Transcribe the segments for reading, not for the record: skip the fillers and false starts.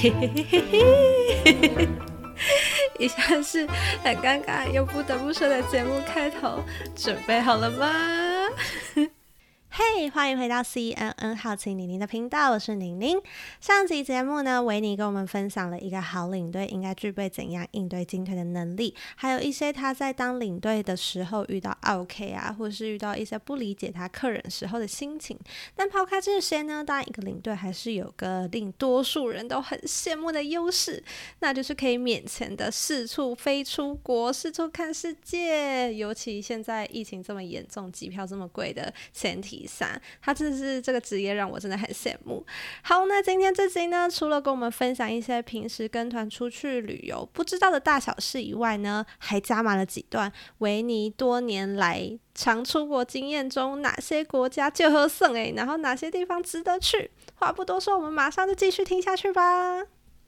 嘿嘿嘿嘿嘿，以下是很尴尬又不得不说的节目开头，准备好了吗？嘿、欢迎回到 CNN 好奇宁宁的频道，我是宁宁。上集节目呢，维尼跟我们分享了一个好领队应该具备怎样应对进退的能力，还有一些他在当领队的时候遇到 OK 啊，或是遇到一些不理解他客人时候的心情。但抛开这些呢，当然一个领队还是有个令多数人都很羡慕的优势，那就是可以免钱的四处飞出国，四处看世界。尤其现在疫情这么严重，机票这么贵的前提下，他真的是这个职业让我真的很羡慕。好，那今天这集呢，除了跟我们分享一些平时跟团出去旅游不知道的大小事以外呢，还加码了几段维尼多年来常出国经验中哪些国家就喝剩然后哪些地方值得去。话不多说，我们马上就继续听下去吧。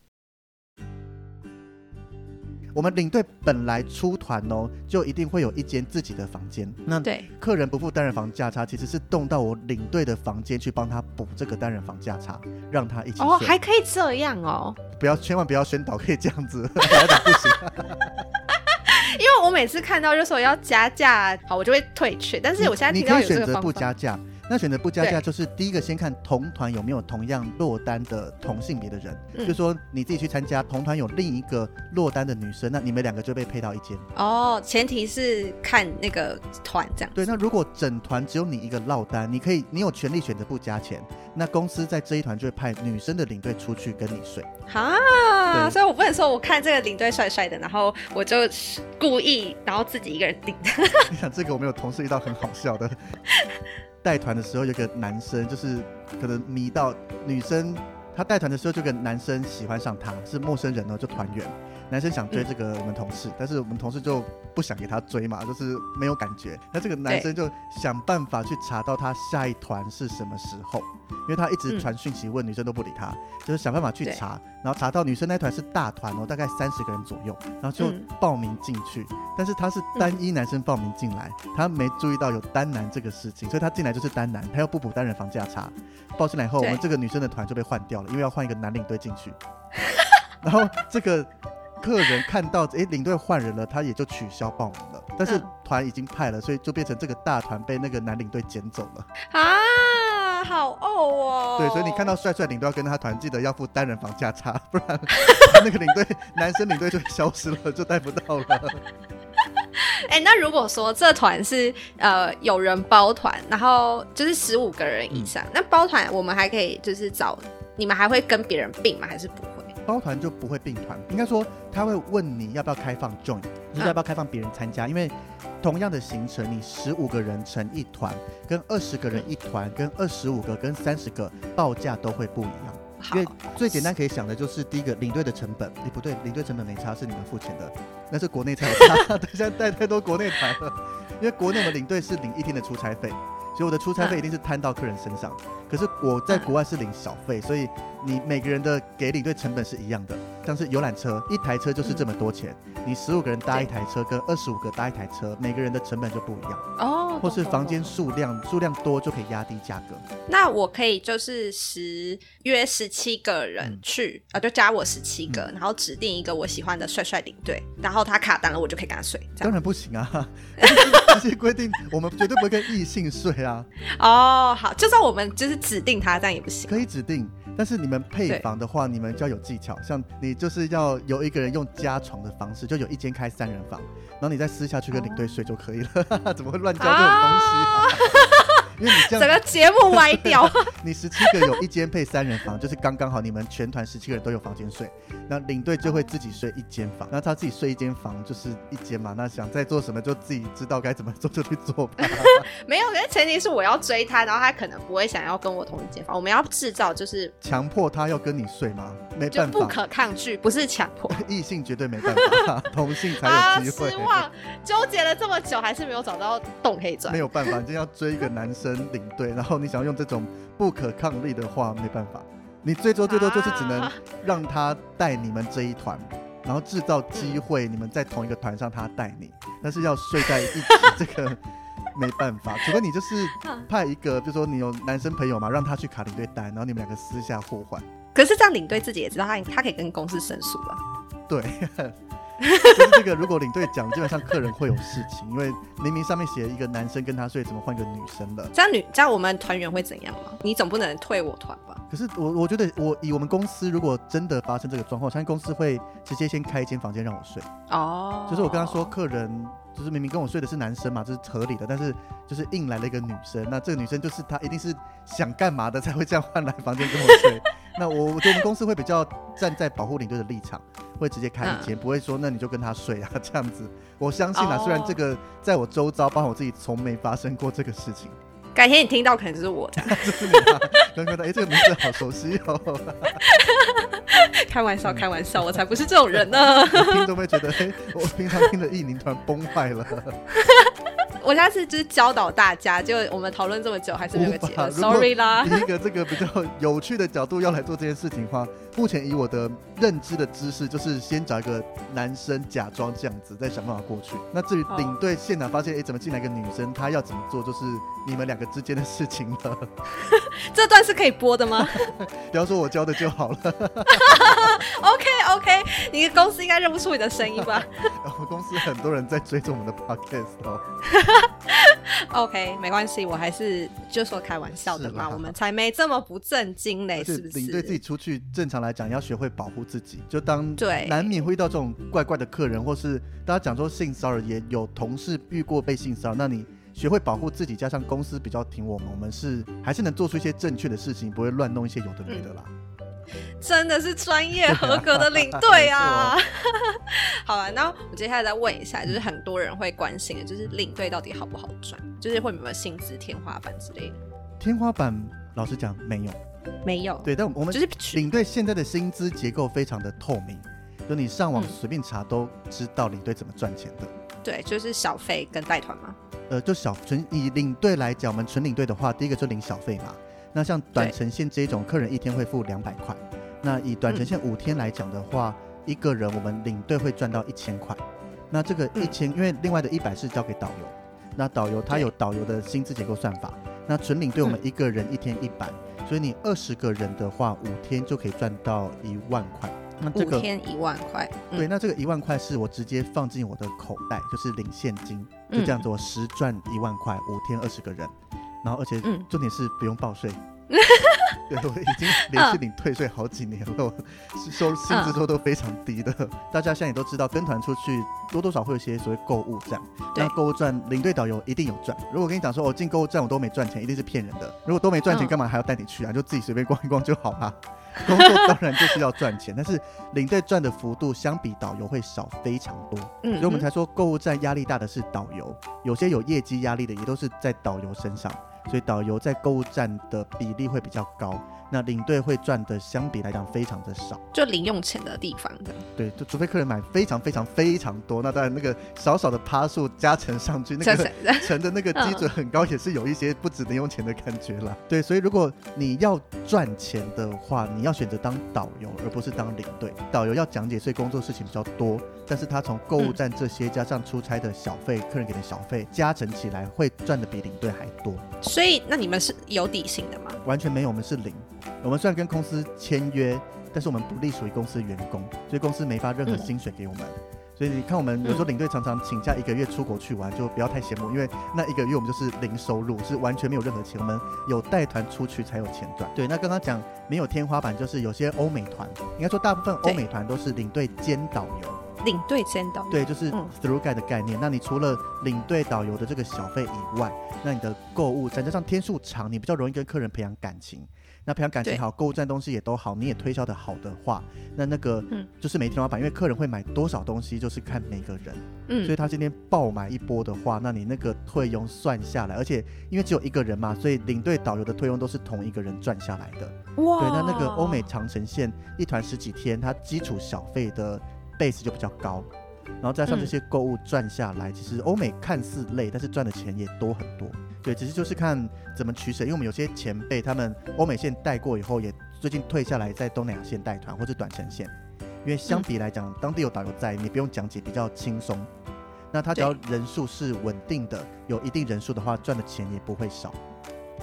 我们领队本来出团就一定会有一间自己的房间，那客人不付单人房价差，其实是动到我领队的房间去帮他补这个单人房价差，让他一起睡。 还可以这样千万不要宣导可以这样子，不行因为我每次看到就说要加价，好，我就会退却。但是我现在听到有这个方法， 你可以选择不加价。那选择不加价就是第一个先看同团有没有同样落单的同性别的人，就是说你自己去参加同团有另一个落单的女生，那你们两个就被配到一间前提是看那个团这样。 对，那如果整团只有你一个落单，你有权利选择不加钱，那公司在这一团就会派女生的领队出去跟你睡所以我不能说我看这个领队帅帅的，然后我就故意然后自己一个人订的。 你想这个我们有同事遇到很好笑的带团的时候，有个男生就是可能迷到女生，他带团的时候就有个男生喜欢上他，是陌生人就团员，男生想追这个我们同事，但是我们同事就不想给他追嘛，就是没有感觉。那这个男生就想办法去查到他下一团是什么时候，因为他一直传讯息问女生都不理他，就是想办法去查，然后查到女生那团是大团大概30个人左右，然后就报名进去，但是他是单一男生报名进来，他没注意到有单男这个事情，所以他进来就是单男，他又不补单人房价差，报进来后我们这个女生的团就被换掉了，因为要换一个男领队进去然后这个客人看到领队换人了，他也就取消报名了，但是团已经派了，所以就变成这个大团被那个男领队捡走了好对，所以你看到帅帅领队要跟他团，记得要付单人房价差，不然那个领队男生领队就消失了，就带不到了那如果说这团是有人包团，然后就是15个人以上，那包团我们还可以就是找你们还会跟别人并吗？还是不会？ 包团就不会并团，应该说他会问你要不要开放 join， 就是要不要开放别人参加，因为同样的行程你15个人成一团，跟20个人一团，跟25个跟30个报价都会不一样。因为最简单可以想的就是第一个领队的成本，不对，领队成本没差，是你们付钱的，那是国内才有差现在带太多国内团了，因为国内我们领队是领1天的出差费，所以我的出差费一定是摊到客人身上，可是我在国外是领小费，所以你每个人的给领队成本是一样的，像是游览车一台车就是这么多钱，你15个人搭一台车跟25个搭一台车，每个人的成本就不一样或是房间数量多就可以压低价格。 那我可以就是约17个人去就加我17个然后指定一个我喜欢的帅帅领队，然后他卡单了我就可以跟他睡， 当然不行啊这些规定我们绝对不会跟异性睡啊好，就算我们就是指定他这样也不行。 可以指定，但是你们配房的话你们就要有技巧，像你就是要有一个人用加床的方式，就有一间开3人房，然后你再私下去跟领队睡就可以了怎么会乱教这种东西因为你这样整个节目歪掉你17个有一间配3人房，就是刚刚好你们全团17个人都有房间睡，那领队就会自己睡一间房，那他自己睡一间房就是一间嘛，那想再做什么就自己知道该怎么做就去做吧没有，可是前提是我要追他，然后他可能不会想要跟我同一间房，我们要制造就是强迫他要跟你睡吗？没办法， 就不可抗拒，不是强迫异性绝对没办法同性才有机会失望，纠结了这么久还是没有找到洞可以钻， 没有办法，你今天要追一个男生领队，然后你想要用这种不可抗力的话没办法，你最多就是只能让他带你们这一团然后制造机会你们在同一个团上他带你，但是要睡在一起这个没办法，除非你就是派一个比如说你有男生朋友嘛，让他去卡领队单，然后你们两个私下互换可是这样领队自己也知道他可以跟公司申诉了。 对就是这个如果领队讲，基本上客人会有事情，因为明明上面写一个男生跟他睡，怎么换一个女生了？ 这样我们团员会怎样吗？你总不能退我团吧？ 可是我觉得以我们公司如果真的发生这个状况，相信公司会直接先开一间房间让我睡。就是我跟他说，客人就是明明跟我睡的是男生嘛，这是合理的，但是就是硬来了一个女生，那这个女生就是她一定是想干嘛的才会这样换来房间跟我睡。那我觉得我们公司会比较站在保护领队的立场，会直接开一间，不会说那你就跟他睡啊这样子。我相信虽然这个在我周遭，包括我自己，从没发生过这个事情。 改天你听到可能就是我的， 就是你啊！刚刚这个名字好熟悉哦。 开玩笑，开玩笑，我才不是这种人呢。 听众会觉得，我平常听的艺宁团崩坏了。 我下次就是教导大家，就我们讨论这么久，还是没有个结论 ，sorry 啦。 以一个这个比较有趣的角度要来做这件事情的话，目前以我的认知的知识，就是先找一个男生假装这样子，再想办法过去。那至于领队现场发现，怎么进来一个女生，她要怎么做，就是你们两个之间的事情了。 这段是可以播的吗？ 不要说我教的就好了。 OK， 你的公司应该认不出你的声音吧？ 我公司很多人在追踪我们的 podcast 哦。 OK， 没关系，我还是就说开玩笑的嘛，我们才没这么不正经嘞，是不是？ 领队自己出去，正常来讲要学会保护自己，就当难免会遇到这种怪怪的客人，或是大家讲说性骚扰，也有同事遇过被性骚扰，那你学会保护自己，加上公司比较挺我们还是能做出一些正确的事情，不会乱弄一些有的没的啦。 真的是专业合格的领队啊！好了，那我接下来再问一下，就是很多人会关心的，就是领队到底好不好赚，就是会有没有薪资天花板之类的？ 天花板，老实讲没有。对，但我们就是领队现在的薪资结构非常的透明，就你上网随便查都知道领队怎么赚钱的。 对，就是小费跟带团吗？ 就以领队来讲，我们纯领队的话，第一个就领小费嘛。那像短程线这一种，客人一天会付200块。那以短程线5天来讲的话，一个人我们领队会赚到1000块。那这个1000，因为另外的100是交给导游，那导游他有导游的薪资结构算法。那纯领队我们一个人一天100，所以你20个人的话，5天就可以赚到1万块。那这个 5天1万块， 对，那这个1万块是我直接放进我的口袋，就是领现金，就这样子，我实赚1万块，5天20个人。然后而且重点是不用报税。对，我已经连续领退税好几年了，薪资都非常低的。大家现在也都知道，跟团出去多多少会有一些所谓购物站，那购物站领队导游一定有赚。如果我跟你讲说，进购物站我都没赚钱，一定是骗人的。如果都没赚钱，干嘛还要带你去啊？就自己随便逛一逛就好啦。工作当然就是要赚钱，但是领队赚的幅度相比导游会少非常多，所以我们才说购物站压力大的是导游，有些有业绩压力的也都是在导游身上，所以导游在购物站的比例会比较高，那领队会赚的相比来讲非常的少， 就零用钱的地方的。对， 就除非客人买非常非常非常多，那当然那个少少的趴数加成上去，那个乘的那个基准很高，也是有一些不止零用钱的感觉啦。对，所以如果你要赚钱的话，你要选择当导游而不是当领队。导游要讲解，所以工作事情比较多，但是他从购物站这些加上出差的小费，客人给的小费加成起来会赚的比领队还多。 所以那你们是有底薪的吗？ 完全没有，我们是零。我们虽然跟公司签约，但是我们不隶属于公司员工，所以公司没发任何薪水给我们。所以你看，我们有时候领队常常请假1个月出国去玩，就不要太羡慕，因为那1个月我们就是零收入，是完全没有任何钱，我们有带团出去才有钱赚。对，那刚刚讲没有天花板，就是有些欧美团，应该说大部分欧美团都是领队兼导游。 领队兼导游， 对，就是 through guide 的概念。那你除了领队导游的这个小费以外，那你的购物再加上天数长，你比较容易跟客人培养感情。那培养感情好，购物站东西也都好，你也推销的好的话，那个就是没天花板，因为客人会买多少东西就是看每个人，所以他今天爆买一波的话，那你那个退佣算下来，而且因为只有1个人嘛，所以领队导游的退佣都是同一个人赚下来的。哇，对，那个欧美长程线一团10几天，它基础小费的 base 就比较高，然后加上这些购物赚下来，其实欧美看似累，但是赚的钱也多很多。对，只是就是看怎么取舍，因为我们有些前辈他们欧美线带过以后，也最近退下来在东南亚线带团或是短程线，因为相比来讲，当地有导游在，你不用讲解，比较轻松。那他只要人数是稳定的，有一定人数的话，赚的钱也不会少。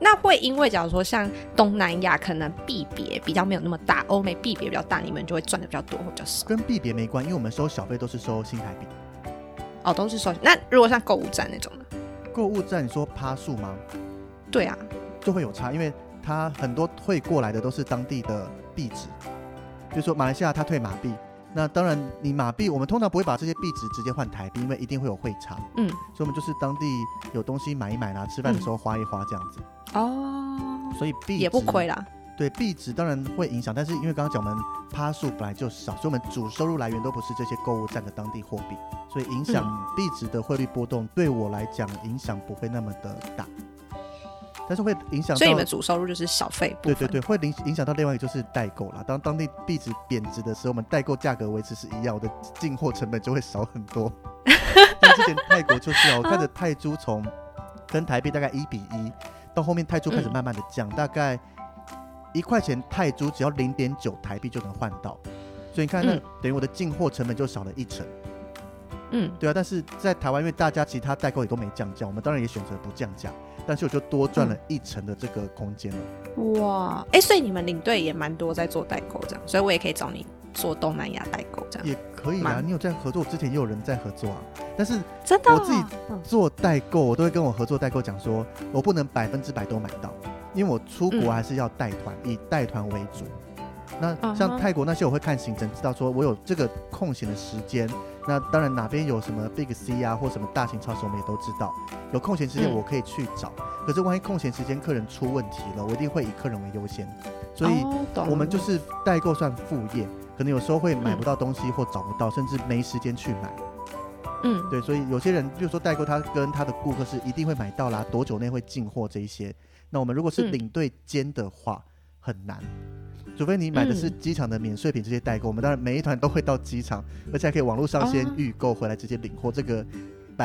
那会因为假如说像东南亚可能币别比较没有那么大，欧美币别比较大，你们就会赚的比较多或比较少？ 跟币别没关，因为我们收小费都是收新台币。 哦，都是收。那如果像购物站那种呢？ 购物站你说趴数吗？ 对啊， 就会有差，因为它很多退过来的都是当地的币值，比如说马来西亚它退马币，那当然你马币我们通常不会把这些币值直接换台币，因为一定会有汇差，所以我们就是当地有东西买一买啦，吃饭的时候花一花这样子。所以币值也不亏啦。 对，币值当然会影响，但是因为刚刚讲我们趴数本来就少，所以我们主收入来源都不是这些购物站的当地货币，所以影响币值的汇率波动对我来讲影响不会那么的大，但是会影响到， 所以你们主收入就是小费部分。 对，会影响到另外一个就是代购啦。当地币值贬值的时候，我们代购价格维持是一样，我的进货成本就会少很多。像之前泰国就是我看着泰铢从跟台币大概1:1，到后面泰铢开始慢慢的降，大概1块钱泰铢只要0.9台币就能换到，所以你看那等于我的进货成本就少了1成。对啊，但是在台湾因为大家其他代购也都没降价，我们当然也选择不降价，但是我就多赚了1成的这个空间了。 哇，所以你们领队也蛮多在做代购这样，所以我也可以找你做东南亚代购这样。 也可以啊，你有在合作，之前也有人在合作啊。但是真的、 我自己做代购，我都会跟我合作代购讲说，我不能100%都买到，因为我出国还是要带团，以带团为主。那像泰国那些我会看行程，知道说我有这个空闲的时间，那当然哪边有什么 Big C 啊或什么大型超市我们也都知道，有空闲时间我可以去找，可是万一空闲时间客人出问题了，我一定会以客人为优先，所以我们就是代购算副业，可能有时候会买不到东西或找不到，甚至没时间去买。对，所以有些人比如说代购他跟他的顾客是一定会买到啦，多久内会进货这一些，那我们如果是领队兼的话很难，除非你买的是机场的免税品这些代购，我们当然每一团都会到机场，而且还可以网络上先预购回来直接领货，这个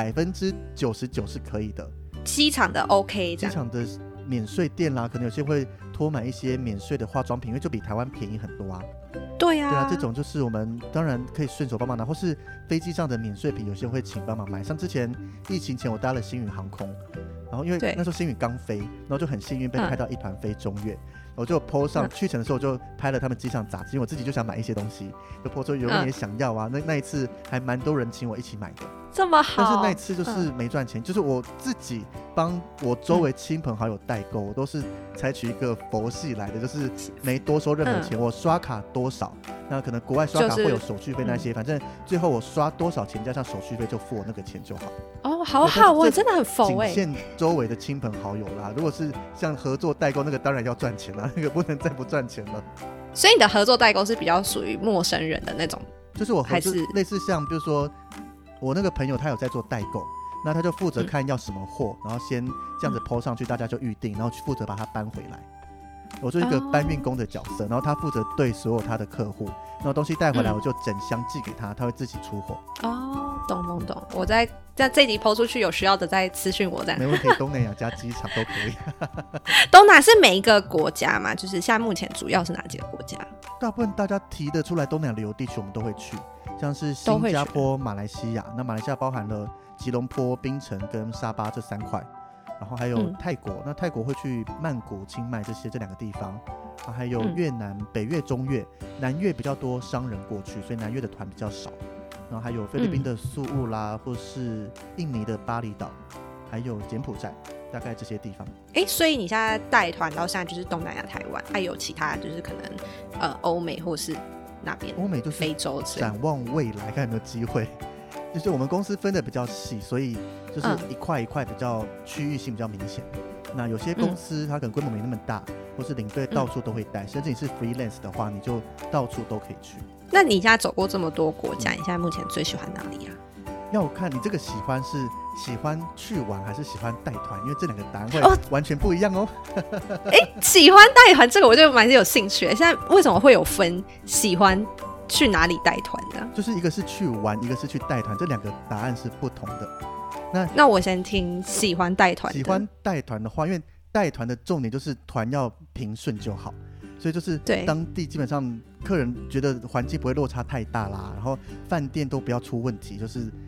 99%是可以的。 机场的 OK， 机场的免税店啦，可能有些会托买一些免税的化妆品，因为就比台湾便宜很多啊。 对啊， 这种就是我们当然可以顺手帮忙拿，或是飞机上的免税品，有些会请帮忙买。像之前疫情前我搭了星宇航空，然后因为那时候星宇刚飞，然后就很幸运被派到一团飞中越。我就 po 上去程的时候，我就拍了他们机场杂志，因为我自己就想买一些东西，就 po 说有人也想要啊。那一次还蛮多人请我一起买的， 这么好。 但是那一次就是没赚钱，就是我自己帮我周围亲朋好友代购，我都是采取一个佛系来的，就是没多收任何钱，我刷卡多少，那可能国外刷卡会有手续费那些，反正最后我刷多少钱加上手续费就付我那个钱就好。 好好哦，真的很佛仅限周围的亲朋好友啦。如果是像合作代购那个，当然要赚钱啦，那个不能再不赚钱了。 所以你的合作代购是比较属于陌生人的那种， 就是我合作类似像比如说我那个朋友他有在做代购，那他就负责看要什么货，然后先这样子 po 上去，大家就预定，然后负责把它搬回来。我做一个搬运工的角色，然后他负责对所有他的客户，然后东西带回来我就整箱寄给他，他会自己出货。 懂。我在这集 po 出去，有需要的再私讯我这样。 没问题，东南亚加机场都可以。 东南是每一个国家嘛？就是现在目前主要是哪几个国家？ 大部分大家提得出来东南亚旅游地区我们都会去，像是新加坡、马来西亚。那马来西亚包含了吉隆坡、槟城跟沙巴这3块。然后还有泰国，那泰国会去曼谷、清迈这2个地方，还有越南、北越、中越，南越比较多商人过去，所以南越的团比较少。然后还有菲律宾的宿务啦，或是印尼的巴厘岛，还有柬埔寨，大概这些地方。 所以你现在带团到现在就是东南亚、台湾，还有其他就是可能欧美或是哪边？ 欧美就是非洲展望未来，看有没有机会。就是我们公司分的比较细，所以就是一块一块比较区域性比较明显。那有些公司它可能规模没那么大，或是领队到处都会带，甚至你是 freelance 的话，你就到处都可以去。 那你现在走过这么多国家，你现在目前最喜欢哪里啊？ 要看你这个喜欢是喜欢去玩还是喜欢带团，因为这2个答案会完全不一样哦。 喜欢带团这个我就蛮有兴趣的。现在为什么会有分喜欢去哪里带团的？ 就是一个是去玩，一个是去带团，这2个答案是不同的。 那我先听喜欢带团的。 喜欢带团的话，因为带团的重点就是团要平顺就好，所以就是当地基本上客人觉得环境不会落差太大啦，然后饭店都不要出问题，就是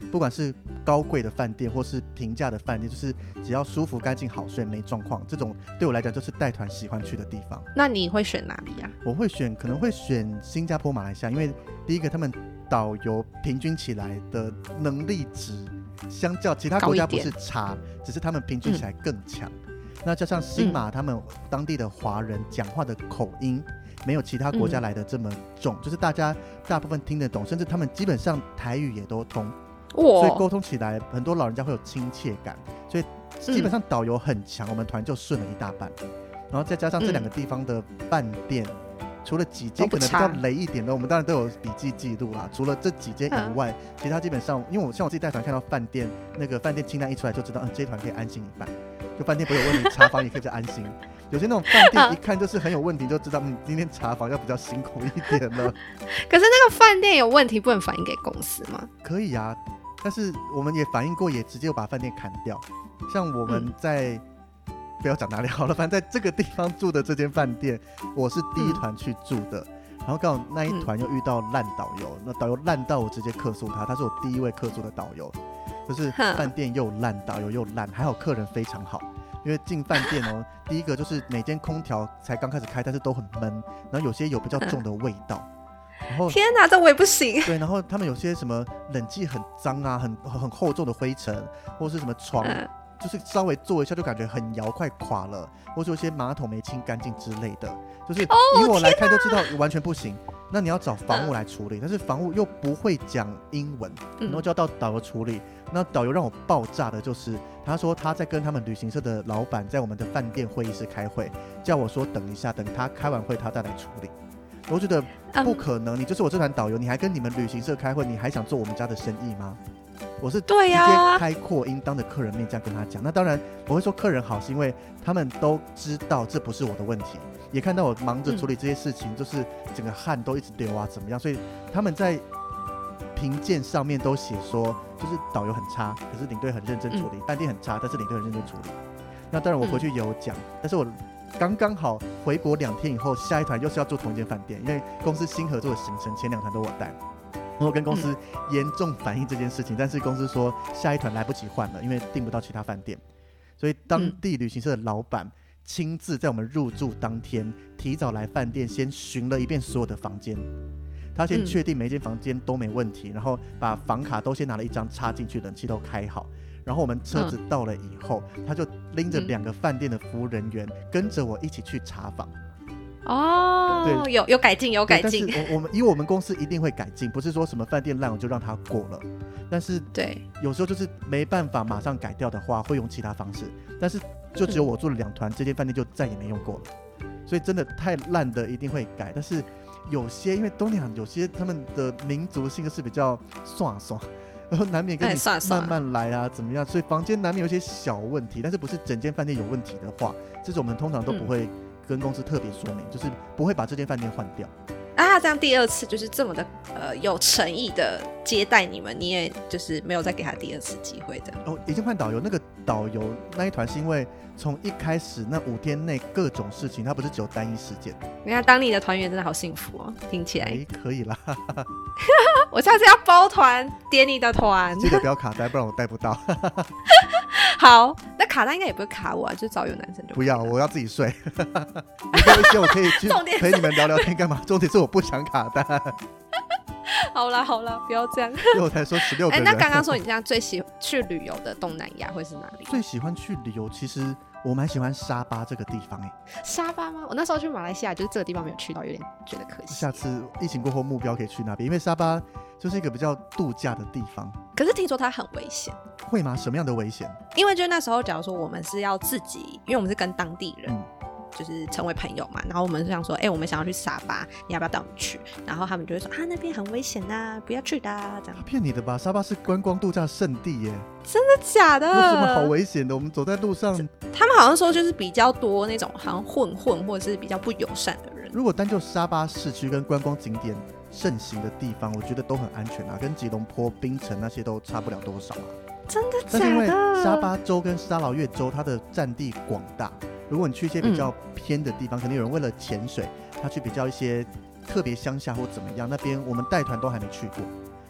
不管是高贵的饭店或是平价的饭店，就是只要舒服、干净、好睡、没状况，这种对我来讲就是带团喜欢去的地方。 那你会选哪里啊？ 我可能会选新加坡、马来西亚，因为第一个他们导游平均起来的能力值相较其他国家不是差，只是他们平均起来更强。那加上新马他们当地的华人讲话的口音没有其他国家来的这么重，就是大家大部分听得懂，甚至他们基本上台语也都通，所以沟通起来很多老人家会有亲切感，所以基本上导游很强，我们团就顺了一大半。然后再加上这两个地方的饭店，除了几间可能比较雷一点的，我们当然都有笔记记录啦。除了这几间以外，其他基本上，因为我自己带团看到饭店那个饭店清单一出来就知道，这一团可以安心一半。就饭店不会有问题，查房也可以比较安心。有些那种饭店一看就是很有问题，就知道今天查房要比较辛苦一点了。 可是那个饭店有问题，不能反映给公司吗？ 可以啊，但是我们也反映过，也直接把饭店砍掉。像我们在。不要讲哪里好了，反正在这个地方住的这间饭店，我是第一团去住的，然后刚好那一团又遇到烂导游，那导游烂到我直接客诉他是我第一位客诉的导游，就是饭店又烂，导游又烂，还好客人非常好，因为进饭店哦，第一个就是每间空调才刚开始开，但是都很闷，然后有些有比较重的味道。然后天哪，这我也不行。 对，然后他们有些什么冷气很脏啊，很厚重的灰尘，或是什么床。就是稍微坐一下就感觉很摇快垮了，或者有些马桶没清干净之类的，就是以我来看就知道完全不行。那你要找房务来处理，但是房务又不会讲英文，然后就要到导游处理。那导游让我爆炸的就是，他说他在跟他们旅行社的老板在我们的饭店会议室开会，叫我说等一下，等他开完会他再来处理。我觉得不可能，你就是我这团导游，你还跟你们旅行社开会，你还想做我们家的生意吗？我是直接开扩音当着客人面这样跟他讲。那当然我会说客人好，是因为他们都知道这不是我的问题，也看到我忙着处理这些事情，就是整个汗都一直流啊怎么样，所以他们在评鉴上面都写说，就是导游很差，可是领队很认真处理；饭店很差，但是领队很认真处理。那当然我回去也有讲，但是我刚好回国2天以后，下一团又是要住同一间饭店，因为公司新合作的行程前2团都我带。我跟公司严重反映这件事情，但是公司说下一团来不及换了，因为订不到其他饭店，所以当地旅行社的老板亲自在我们入住当天提早来饭店，先巡了一遍所有的房间，他先确定每一间房间都没问题，然后把房卡都先拿了一张插进去，冷气都开好，然后我们车子到了以后，他就拎着2个饭店的服务人员跟着我一起去查房。 哦，有改进，有改进。 但是以我们公司一定会改进，不是说什么饭店烂我就让它过了。但是对，有时候就是没办法马上改掉的话，会用其他方式。但是就只有我做了2团，这间饭店就再也没用过了。所以真的太烂的一定会改。但是有些因为东南亚有些他们的民族性是比较耍，然后难免跟你慢慢来啊怎么样，所以房间难免有些小问题，但是不是整间饭店有问题的话，这种我们通常都不会跟公司特别说明，就是不会把这间饭店换掉啊。这样第2次就是这么的有诚意的接待你们，你也就是没有再给他第2次机会的哦。已经换导游，那个导游那一团是因为从一开始那5天内各种事情，他不是只有单一事件。 你看当你的团员真的好幸福哦，听起来可以啦。 我下次要包团点你的团， 记得不要卡带，不然我带不到。 好，那卡单应该也不会卡我啊，就找有男生就不要，我要自己睡。你有一些我可以去陪你们聊聊天干嘛？重点是我不想卡单。 好啦，不要这样。 所以我才说16个人。 那刚刚说你这样最喜欢去旅游的东南亚会是哪里？ 最喜欢去旅游，其实我蛮喜欢沙巴这个地方沙巴吗？我那时候去马来西亚，就是这个地方没有去到，有点觉得可惜。 下次疫情过后目标可以去那边，因为沙巴就是一个比较度假的地方。 可是听说它很危险。 会吗？什么样的危险？ 因为就那时候假如说我们是要自己，因为我们是跟当地人就是成为朋友嘛，然后我们就想说我们想要去沙巴，你要不要带我们去？然后他们就会说那边很危险啊，不要去的这样。 骗你的吧，沙巴是观光度假胜地耶。 真的假的？ 有什么好危险的？我们走在路上， 他们好像说就是比较多那种好像混或者是比较不友善的人。 如果单就沙巴市区跟观光景点盛行的地方，我觉得都很安全啊，跟吉隆坡、槟城那些都差不了多少啊。 真的假的？ 但是因为沙巴州跟沙劳越州它的占地广大，如果你去一些比较偏的地方，可能有人为了潜水，他去比较一些特别乡下或怎么样，那边我们带团都还没去过，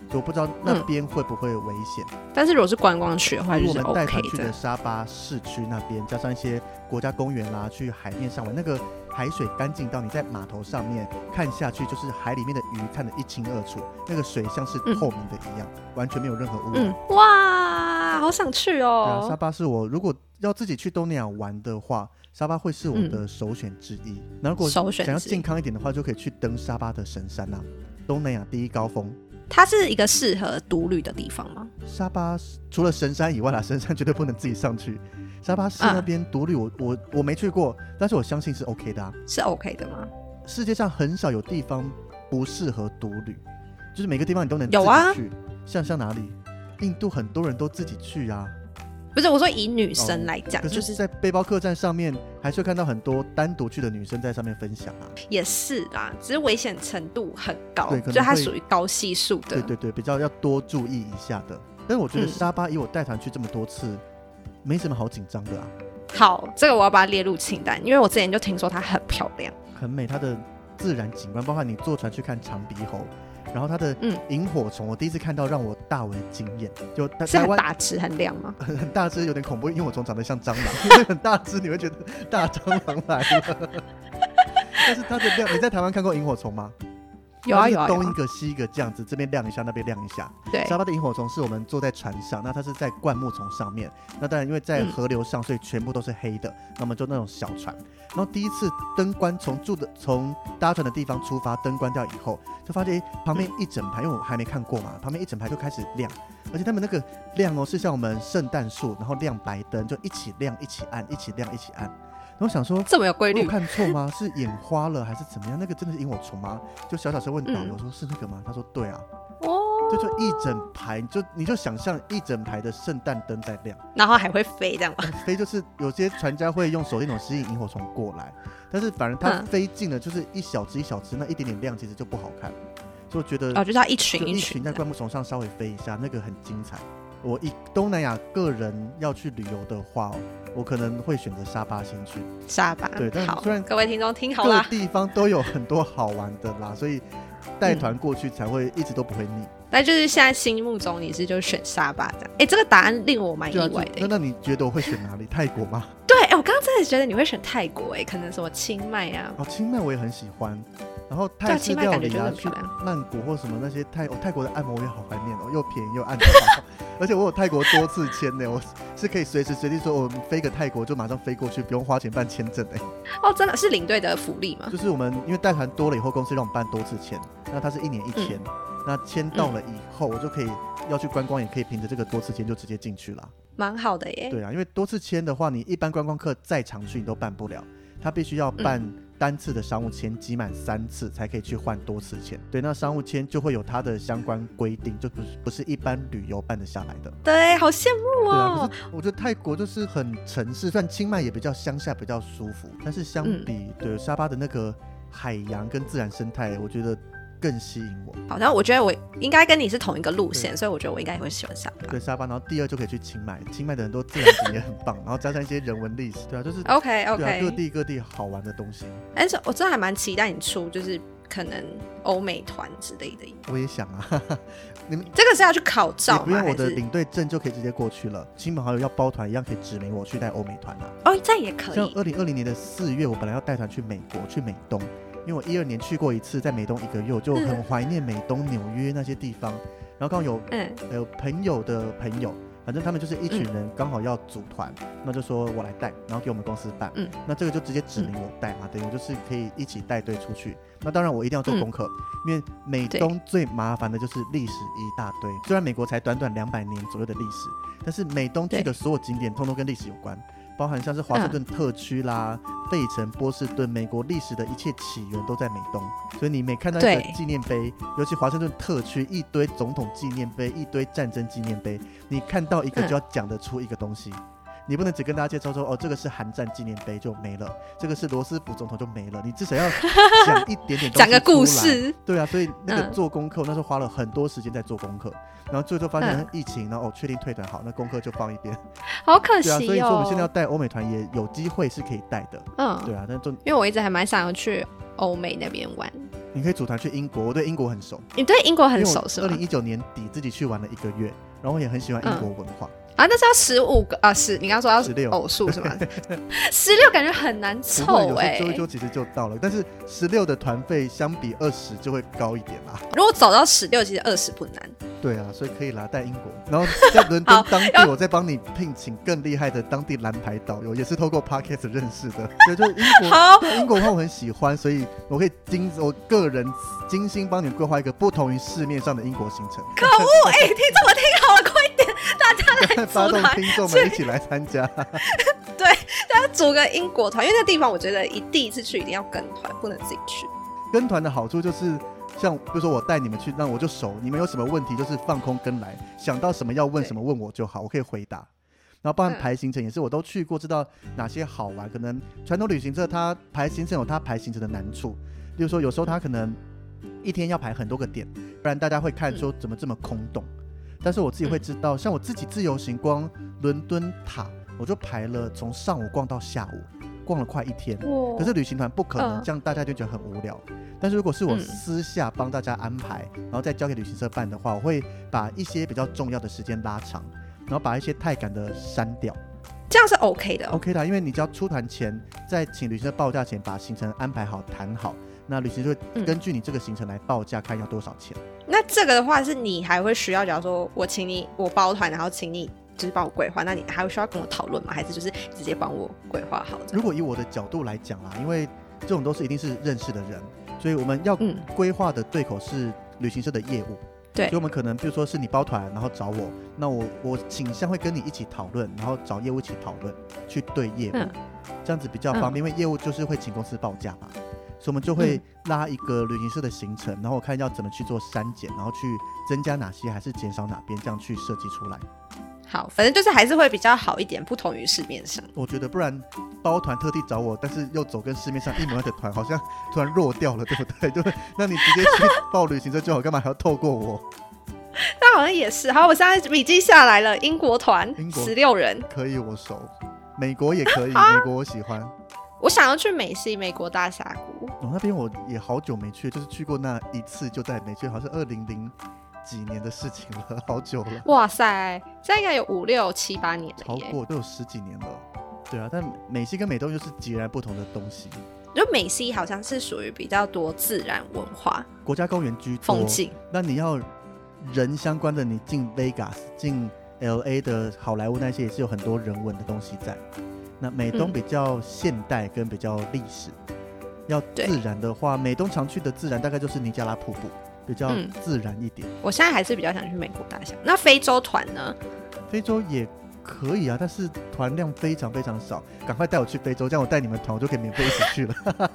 所以我不知道那边会不会危险。 但是如果是观光区的话，就是我们带 OK 团去的的。 沙巴市区那边，加上一些国家公园啦，去海面上玩，那个海水干净到你在码头上面看下去，就是海里面的鱼看得一清二楚，那个水像是透明的一样，完全没有任何污染。 哇，好想去对啊， 哦！ 沙巴是我如果要自己去东南亚玩的话，沙巴会是我的首选之一。那如果想要健康一点的话，就可以去登沙巴的神山啊，东南亚第一高峰。 它是一个适合独旅的地方吗？ 沙巴除了神山以外啦，神山绝对不能自己上去。沙巴市那边独旅我没去过，但是我相信是 OK 的啊。 是 OK 的吗？ 世界上很少有地方不适合独旅，就是每个地方你都能自己去。 有啊， 像哪里？印度很多人都自己去啊。 不是，我说以女生来讲， 就是在背包客栈上面，还是会看到很多单独去的女生在上面分享啊。 也是啦，只是危险程度很高， 对， 就它属于高系数的。 对，比较要多注意一下的。但是我觉得沙巴以我带团去这么多次，没什么好紧张的啊。 好，这个我要把它列入清单，因为我之前就听说它很漂亮， 很美，它的自然景观，包括你坐船去看长鼻猴。然后它的萤火虫，我第一次看到让我大为惊艳。 是很大只很亮吗？ 很大只，有点恐怖。萤火虫长得像蟑螂，因为很大只，你会觉得大蟑螂来了。但是它的亮，你在台湾看过萤火虫吗？ 有啊有啊， 东一个西一个这样子，这边亮一下，那边亮一下。 对， 沙巴的萤火虫是我们坐在船上，那它是在灌木丛上面。那当然因为在河流上，所以全部都是黑的。那么就那种小船。然后第一次灯关从搭船的地方出发，灯关掉以后，就发现旁边一整排，因为我还没看过嘛，旁边一整排就开始亮，而且他们那个亮是像我们圣诞树，然后亮白灯，就一起亮一起暗，一起亮一起暗。然后想说这么有规律， 我看错吗？是眼花了还是怎么样？那个真的是萤火虫吗？就小声问导游说是那个吗？他说对啊。就一整排，你就想象一整排的圣诞灯在亮， 然后还会飞这样吗？ 飞就是有些船家会用手电筒吸引萤火虫过来，但是反而它飞近了，就是一小只一小只，那一点点亮其实就不好看，所以我觉得就是要一群一群在灌木丛上稍微飞一下，那个很精彩。我以东南亚个人要去旅游的话，我可能会选择沙巴先去。 沙巴， 对，但好， 虽然各位听众听好啦， 各地方都有很多好玩的啦，所以带团过去才会一直都不会腻。 但就是现在心目中你是就选沙巴这样，这个答案令我蛮意外的。 那你觉得我会选哪里？泰国吗？ 对，我刚刚真的觉得你会选泰国，可能什么清迈啊。 清迈我也很喜欢。然后泰式料理啊，去曼谷或什么那些泰国的按摩我也好怀念哦，又便宜又按得好。而且我有泰国多次签呢，我是可以随时随地说我们飞个泰国就马上飞过去，不用花钱办签证真的是领队的福利吗？ 就是我们因为带团多了以后，公司让我们办多次签，那它是1年1签。那签到了以后，我就可以要去观光，也可以凭着这个多次签就直接进去了， 蛮好的耶。 对啊，因为多次签的话，你一般观光客再常去你都办不了，他必须要办单次的商务签，集满3次才可以去换多次签。对，那商务签就会有它的相关规定，就不是一般旅游办得下来的。 对，好羡慕哦。 对啊，可是我觉得泰国就是很城市，虽然清迈也比较乡下，比较舒服，但是相比对沙巴的那个海洋跟自然生态，我觉得更吸引我。 好像我觉得我应该跟你是同一个路线，所以我觉得我应该也会喜欢沙巴。 对，沙巴，然后第2就可以去清迈，清迈的很多自然景也很棒，然后加上一些人文历史，对啊，就是 OK， 对啊，各地好玩的东西。 我真的还蛮期待你出，就是可能欧美团之类的。 我也想啊，你们这个是要去考照吗？ 你不用我的领队证就可以直接过去了，亲朋好友要包团一样可以指明我去带欧美团啊。 这样也可以。 像2020年的4月，我本来要带团去美国，去美东。因为我12年去过一次，在美东1个月，我就很怀念美东、纽约那些地方。然后刚好有朋友的朋友，反正他们就是一群人刚好要组团，那就说我来带，然后给我们公司办。那这个就直接指明我带嘛，等于就是可以一起带队出去。那当然我一定要做功课，因为美东最麻烦的就是历史一大堆。虽然美国才短短200年左右的历史，但是美东去的所有景点通通跟历史有关。包含像是华盛顿特区啦、费城、波士顿，美国历史的一切起源都在美东，所以你每看到一个纪念碑，尤其华盛顿特区一堆总统纪念碑、一堆战争纪念碑，你看到一个就要讲得出一个东西。你不能只跟大家介绍说这个是韩战纪念碑就没了，这个是罗斯福总统就没了，你至少要讲一点点东西， 讲个故事。 对啊，所以那个做功课，那时候花了很多时间在做功课，然后最后发现疫情，然后确定退团好，那功课就放一边， 好可惜对啊，所以说我们现在要带欧美团也有机会是可以带的，对啊，但因为我一直还蛮想要去欧美那边玩。 你可以组团去英国，我对英国很熟。 你对英国很熟是吗 ？2019年底自己去玩了1个月，然后我也很喜欢英国文化。 啊，那是要15个啊，你刚刚说要 16 偶数是吗？16感觉很难凑欸，有时候揪一揪其实就到了，但是16的团费相比20就会高一点啦。 如果走到16，其实20不难。 对啊，所以可以啦，带英国，然后在伦敦当地，我再帮你聘请更厉害的当地蓝牌导游，也是透过 Podcast 认识的。对，就英国的话我很喜欢，所以我可以我个人精心帮你规划一个不同于市面上的英国行程。 可恶，听众们听好了，快点，大家来发动听众们一起来参加。 对，大家组个英国团，因为那地方我觉得第一次去一定要跟团，不能自己去。 跟团的好处就是，像比如说我带你们去，那我就熟，你们有什么问题就是放空跟来，想到什么要问什么问我就好，我可以回答。然后包含排行程也是，我都去过，知道哪些好玩。可能传统旅行社它排行程有它排行程的难处，例如说有时候它可能一天要排很多个点，不然大家会看说怎么这么空洞。但是我自己会知道，像我自己自由行，光伦敦塔我就排了从上午逛到下午，逛了快1天。可是旅行团不可能，这样大家就觉得很无聊。但是如果是我私下帮大家安排，然后再交给旅行社办的话，我会把一些比较重要的时间拉长，然后把一些太赶的删掉。 这样是 OK 的 ，OK 的，因为你只要出团前，在请旅行社报价前把行程安排好谈好，那旅行社会根据你这个行程来报价，看要多少钱。 那这个的话是你还会需要，假如说我包团，然后请你就是帮我规划，那你还会需要跟我讨论吗？还是就是直接帮我规划好？ 如果以我的角度来讲啦，因为这种都是一定是认识的人，所以我们要规划的对口是旅行社的业务。 对， 所以我们可能比如说是你包团然后找我，那我倾向会跟你一起讨论，然后找业务一起讨论去对业务，这样子比较方便，因为业务就是会请公司报价嘛，所以我们就会拉一个旅行社的行程，然后我看要怎么去做删减，然后去增加哪些还是减少哪边，这样去设计出来。 好，反正就是还是会比较好一点，不同于市面上。 我觉得不然包团特地找我，但是又走跟市面上一模一样的团，好像突然弱掉了，对不对？就那你直接去报旅行社就好，干嘛还要透过我？ 那好像也是。好，我现在笔记下来了，英国团16人可以，我熟。美国也可以，美国我喜欢。 我想要去美国大峡谷。 那边我也好久没去，就是去过那一次就再没去，好像2000几年的事情了，好久了。 哇塞，这应该有5、6、7、8年了耶， 超过都有10几年了。对啊，但美西跟美东又是截然不同的东西。 就美西好像是属于比较多自然文化， 国家公园居多， 风景。 那你要人相关的，你进 Vegas、进 LA 的好莱坞那些也是有很多人文的东西在。那美东比较现代跟比较历史。要自然的话，美东常去的自然大概就是尼加拉瀑布。比较自然一点。 我现在还是比较想去美国大峡谷。那非洲团呢？ 非洲也可以啊，但是团量非常非常少。赶快带我去非洲，这样我带你们团，我就可以免费一起去了。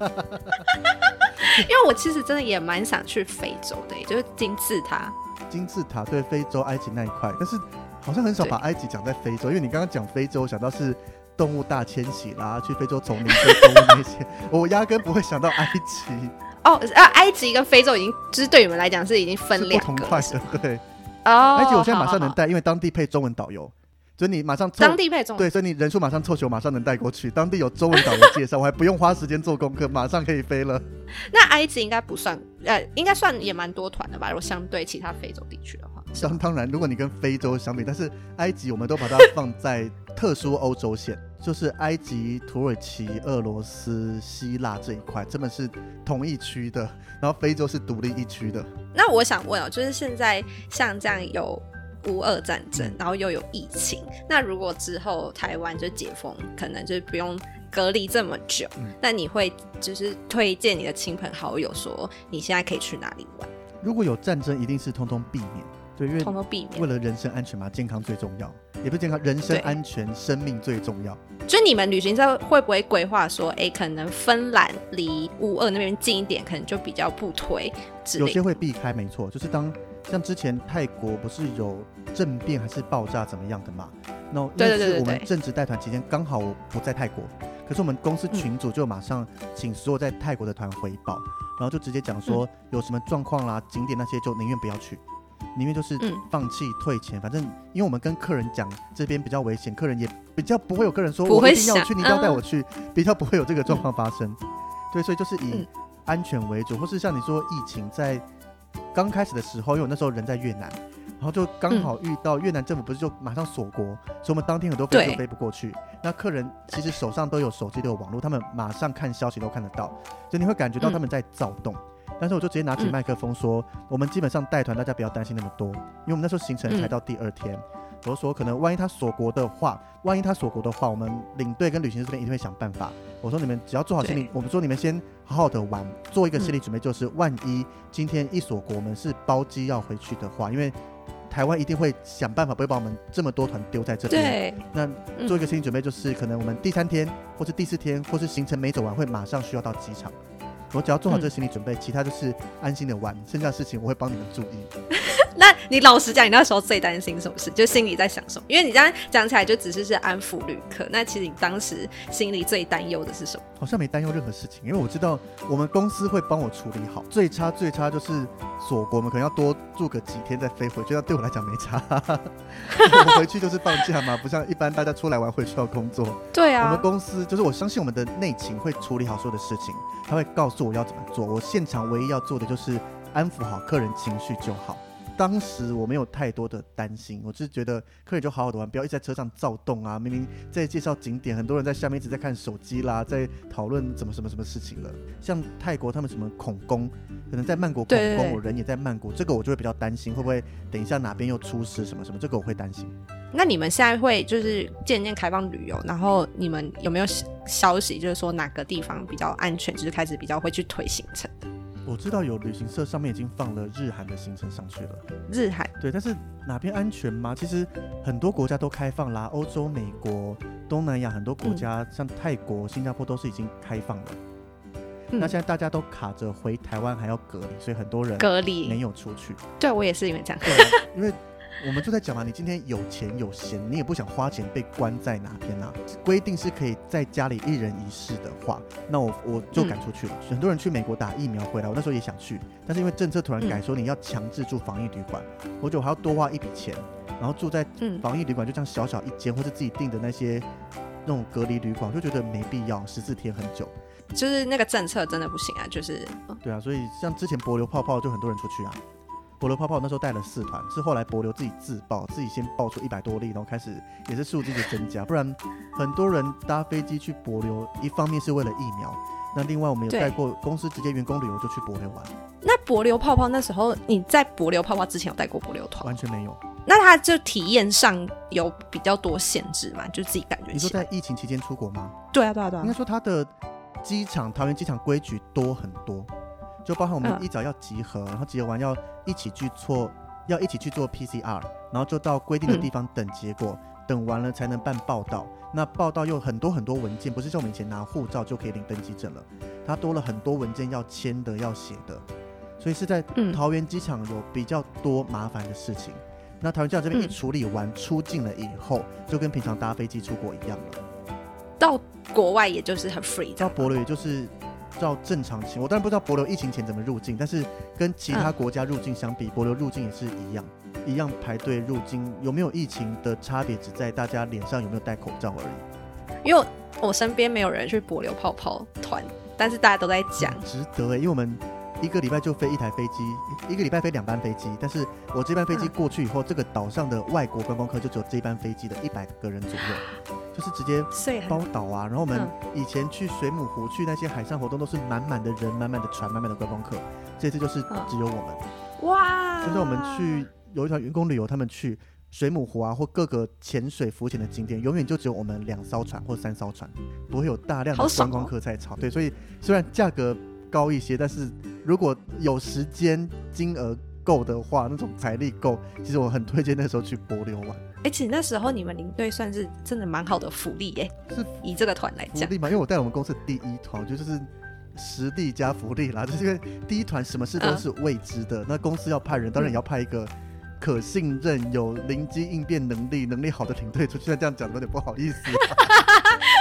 因为我其实真的也蛮想去非洲的，就是金字塔。 金字塔对，非洲埃及那一块，但是好像很少把埃及讲在非洲，因为你刚刚讲非洲，想到是动物大迁徙啦，去非洲丛林追动物那些，我压根不会想到埃及。 埃及跟非洲已经就是对你们来讲是已经分两个不同块的，对。 埃及我现在马上能带，因为当地配中文导游，所以你马上当地配中文， 对，所以你人数马上凑齐，马上能带过去。当地有中文导游介绍，我还不用花时间做功课，马上可以飞了。 那埃及应该不算，应该算也蛮多团的吧？如果相对其他非洲地区的话， 当然，如果你跟非洲相比，但是埃及我们都把它放在特殊欧洲线。就是埃及、土耳其、俄罗斯、希腊这一块，真的是同一区的，然后非洲是独立一区的。 那我想问就是现在像这样有乌俄战争，然后又有疫情，那如果之后台湾就解封，可能就不用隔离这么久，那你会就是推荐你的亲朋好友说你现在可以去哪里玩？ 如果有战争，一定是通通避免。对，因为通通避免， 为了人身安全嘛，健康最重要，也不是健康，人身安全、生命最重要。 就你们旅行社会不会规划说，可能芬兰离乌俄那边近一点，可能就比较不推之类的？ 有些会避开，没错，就是像之前泰国不是有政变还是爆炸怎么样的嘛？那是我们正值带团期间，刚好我不在泰国，可是我们公司群组就马上请所有在泰国的团回报，然后就直接讲说有什么状况啦、景点那些就宁愿不要去。宁愿就是放弃退钱，反正因为我们跟客人讲这边比较危险，客人也比较不会有客人说我一定要去，你一定要带我去，比较不会有这个状况发生。对，所以就是以安全为主，或是像你说疫情在刚开始的时候，因为我那时候人在越南，然后就刚好遇到越南政府不是就马上锁国，所以我们当天很多飞机都飞不过去。那客人其实手上都有手机都有网络，他们马上看消息都看得到，所以你会感觉到他们在躁动。但是我就直接拿起麦克风说，我们基本上带团大家不要担心那么多，因为我们那时候行程才到第2天。我就说可能万一他锁国的话，我们领队跟旅行社这边一定会想办法。我说你们只要做好心理，我们说你们先好好的玩，做一个心理准备，就是万一今天一锁国，我们是包机要回去的话，因为台湾一定会想办法不会把我们这么多团丢在这边。那做一个心理准备，就是可能我们第3天或是第4天或是行程没走完，会马上需要到机场。我只要做好这个心理准备，其他就是安心的玩，剩下的事情我会帮你们注意。 那你老实讲，你那时候最担心什么事？就心里在想什么？因为你这样讲起来就只是安抚旅客，那其实你当时心里最担忧的是什么？ 好像没担忧任何事情，因为我知道我们公司会帮我处理好。最差就是锁国，我们可能要多住个几天再飞回去，那对我来讲没差。我们回去就是放假嘛，不像一般大家出来玩回去要工作。 对啊， 我们公司就是我相信我们的内勤会处理好所有的事情，他会告诉我要怎么做。我现场唯一要做的就是安抚好客人情绪就好。当时我没有太多的担心，我就是觉得客人就好好的玩，不要一直在车上躁动啊！明明在介绍景点，很多人在下面一直在看手机啦，在讨论什么事情了。像泰国他们什么恐攻，可能在曼谷恐攻，我人也在曼谷，这个我就会比较担心，会不会等一下哪边又出事什么，这个我会担心。 那你们现在会就是渐渐开放旅游，然后你们有没有消息，就是说哪个地方比较安全，就是开始比较会去推行程的？ 我知道有旅行社上面已经放了日韩的行程上去了。 日韩对，但是哪边安全吗？其实很多国家都开放啦，欧洲、美国、东南亚很多国家，像泰国、新加坡都是已经开放了。那现在大家都卡着回台湾还要隔离，所以很多人隔离没有出去。 对，我也是因为这样。 对，因为我们就在讲嘛，你今天有钱有闲，你也不想花钱被关在哪边啊？规定是可以在家里1人1室的话，那我就赶出去了。很多人去美国打疫苗回来，我那时候也想去，但是因为政策突然改说你要强制住防疫旅馆，我觉得我还要多花一笔钱，然后住在防疫旅馆就这样小小一间，或是自己订的那些那种隔离旅馆，我就觉得没必要，14天很久。 就是那个政策真的不行啊，就是对啊，所以像之前帛琉泡泡就很多人出去啊。帛琉泡泡那时候带了4团，是后来帛琉自己自爆，自己先爆出100多例，然后开始也是数字的增加。不然很多人搭飞机去帛琉，一方面是为了疫苗，那另外我们有带过公司直接员工旅游就去帛琉玩。 那帛琉泡泡那时候你在帛琉泡泡之前有带过帛琉团？ 完全没有。 那它就体验上有比较多限制吗？就自己感觉起来。 你说在疫情期间出国吗？ 对啊对啊对啊。 应该说它的机场桃园机场规矩多很多。就包含我们一早要集合，然后集合完要一起去做 PCR， 然后就到规定的地方等结果，等完了才能办报到。那报到又很多文件，不是像我们以前拿护照就可以领登机证了，它多了很多文件要签的要写的，所以是在桃园机场有比较多麻烦的事情。那桃园机场这边一处理完，出境了以后，就跟平常搭飞机出国一样了。 到国外也就是很 free， 到帛琉也就是照正常情，我当然不知道帛琉疫情前怎么入境，但是跟其他国家入境相比，帛琉入境也是一样排队入境。有没有疫情的差别，只在大家脸上有没有戴口罩而已。 因为我身边没有人去帛琉泡泡团，但是大家都在讲， 值得因为我们1个礼拜就飞1台飞机，1个礼拜飞2班飞机，但是我这班飞机过去以后，这个岛上的外国观光客就只有这班飞机的100个人左右，就是直接包岛啊。然后我们以前去水母湖去那些海上活动都是满满的人、满满的船、满满的观光客，这次就是只有我们。 哇！ 就是我们去有一团员工旅游，他们去水母湖啊或各个潜水浮潜的景点，永远就只有我们2艘船或3艘船，不会有大量的观光客在吵。对，所以虽然价格高一些，但是如果有时间金额够的话，那种财力够，其实我很推荐那时候去帛琉玩。 其实那时候你们领队算是真的蛮好的福利耶，是以这个团来讲。 福利嘛，因为我带我们公司的第1团，就是实力加福利啦，就是因为第1团什么事都是未知的，那公司要派人，当然也要派一个可信任、有灵机应变能力好的领队出去。这样讲有点不好意思。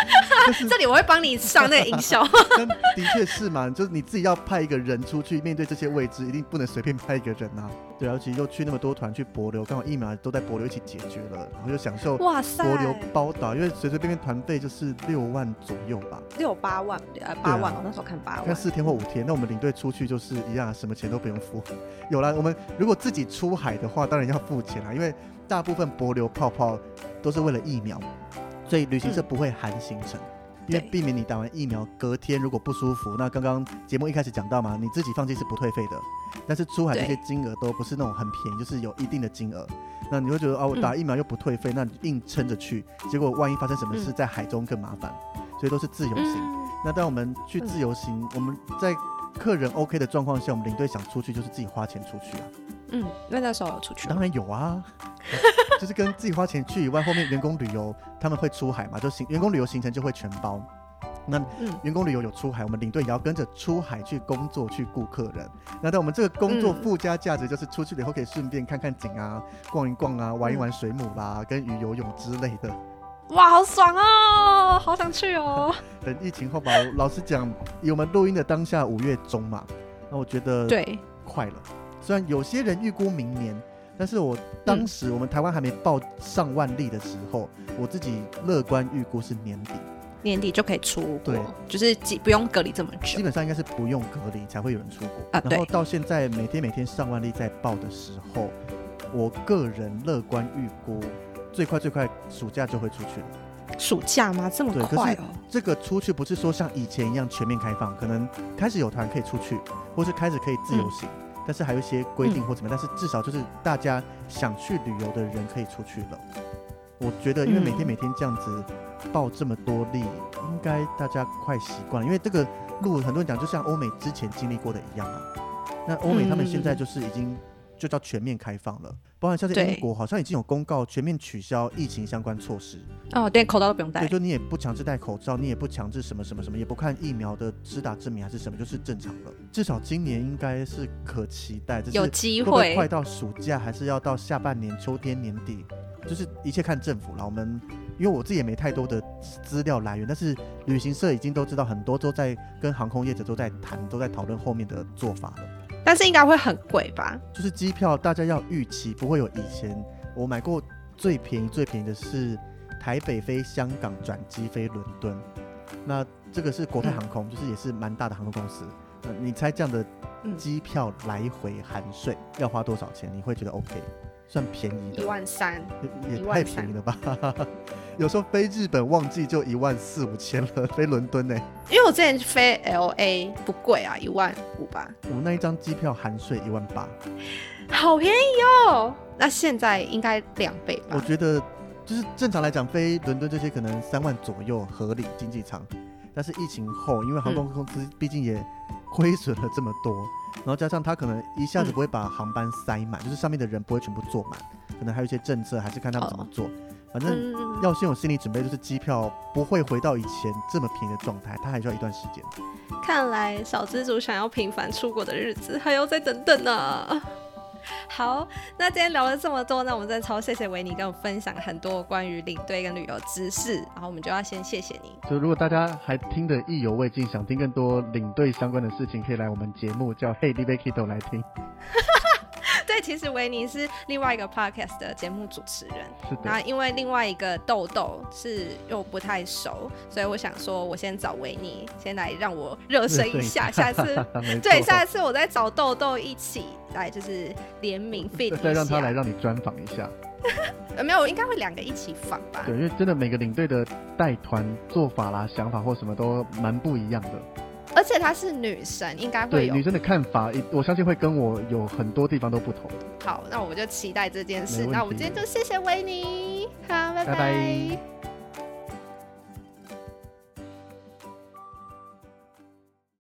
这里我会帮你上那个音效。 但的确是嘛，就是你自己要派一个人出去面对这些未知，一定不能随便派一个人啊。对，而且又去那么多团去帛琉，刚好疫苗都在帛琉一起解决了，然后就享受帛琉包岛，因为随随便便团费就是6万左右吧 ，8万，8万，我那时候看8万， 看4天或5天。那我们领队出去就是一样，什么钱都不用付。有啦，我们如果自己出海的话，当然要付钱啦，因为大部分帛琉泡泡都是为了疫苗，所以旅行社不会含行程。因为避免你打完疫苗隔天如果不舒服，那刚刚节目一开始讲到嘛，你自己放弃是不退费的，但是出海这些金额都不是那种很便宜，就是有一定的金额。那你会觉得我打疫苗又不退费，那你硬撑着去，结果万一发生什么事，在海中更麻烦，所以都是自由行。那当我们去自由行，我们在客人 OK 的状况下，我们领队想出去就是自己花钱出去啊。 那时候有出去？ 当然有啊。就是跟自己花钱去以外，后面员工旅游他们会出海嘛，就员工旅游行程就会全包。那员工旅游有出海，我们领队也要跟着出海去工作去顾客人。那但我们这个工作附加价值就是出去了以后可以顺便看看景啊，逛一逛啊，玩一玩水母啦，跟鱼游泳之类的。 哇，好爽哦，好想去哦。 等疫情后吧，老实讲，以我们录音的当下5月中嘛，那我觉得对快了。虽然有些人预估明年，但是我当时我们台湾还没报上万例的时候，我自己乐观预估是年底就可以出国， 对， 就是不用隔离这么久， 基本上应该是不用隔离才会有人出国啊。然后到现在每天上万例在报的时候，我个人乐观预估最快暑假就会出去了。 暑假吗？这么快哦？ 这个出去不是说像以前一样全面开放，可能开始有团可以出去，或是开始可以自由行。但是还有一些规定或怎么样，但是至少就是大家想去旅游的人可以出去了。我觉得因为每天这样子报这么多例，应该大家快习惯了。因为这个路很多人讲就像欧美之前经历过的一样啊。那欧美他们现在就是已经就叫全面开放了，包含像是英国好像已经有公告全面取消疫情相关措施。 连口罩都不用戴。 对，就你也不强制戴口罩，你也不强制什么，也不看疫苗的施打证明还是什么，就是正常了。至少今年应该是可期待， 有机会。 会不会快到暑假，还是要到下半年秋天年底？就是一切看政府了。我们因为我自己也没太多的资料来源，但是旅行社已经都知道，很多都在跟航空业者都在谈，都在讨论后面的做法了。 但是应该会很贵吧？ 就是机票大家要预期不会有以前我买过最便宜的是台北飞香港转机飞伦敦，那这个是国泰航空，就是也是蛮大的航空公司。你猜这样的机票来回含税要花多少钱？你会觉得 OK？ 算便宜的 13000， 也太便宜了吧？有时候飞日本旺季就14000-5000了，飞伦敦呢？ 因为我之前飞 LA 不贵啊，15000吧。 我那一张机票含税18000， 好便宜哦。那现在应该2倍吧？ 我觉得就是正常来讲，飞伦敦这些可能3万左右合理经济舱，但是疫情后，因为航空公司毕竟也亏损了这么多，然后加上他可能一下子不会把航班塞满，就是上面的人不会全部坐满，可能还有一些政策还是看他们怎么做。反正要先有心理准备，就是机票不会回到以前这么便宜的状态，它还需要一段时间。 看来小资族想要频繁出国的日子还要再等等啊。好，那今天聊了这么多，那我们真的超谢谢维尼跟我分享很多关于领队跟旅游知识，然后我们就要先谢谢你。 就如果大家还听得意犹未尽，想听更多领队相关的事情，可以来我们节目叫 Hey Live Kido 来听。 对，其实维尼是另外一个 podcast 的节目主持人， 是的。 然后因为另外一个豆豆是又不太熟，所以我想说我先找维尼先来让我热身一下，下次对，下一次我再找豆豆一起来就是联名 fit 一下， 再让他来让你专访一下。 没有，应该会2个一起访吧。 对，因为真的每个领队的带团做法啦、想法或什么都蛮不一样的。 而且她是女生，应该会有对女生的看法，我相信会跟我有很多地方都不同。 好，那我们就期待这件事。那我们今天就谢谢维尼，好，拜拜。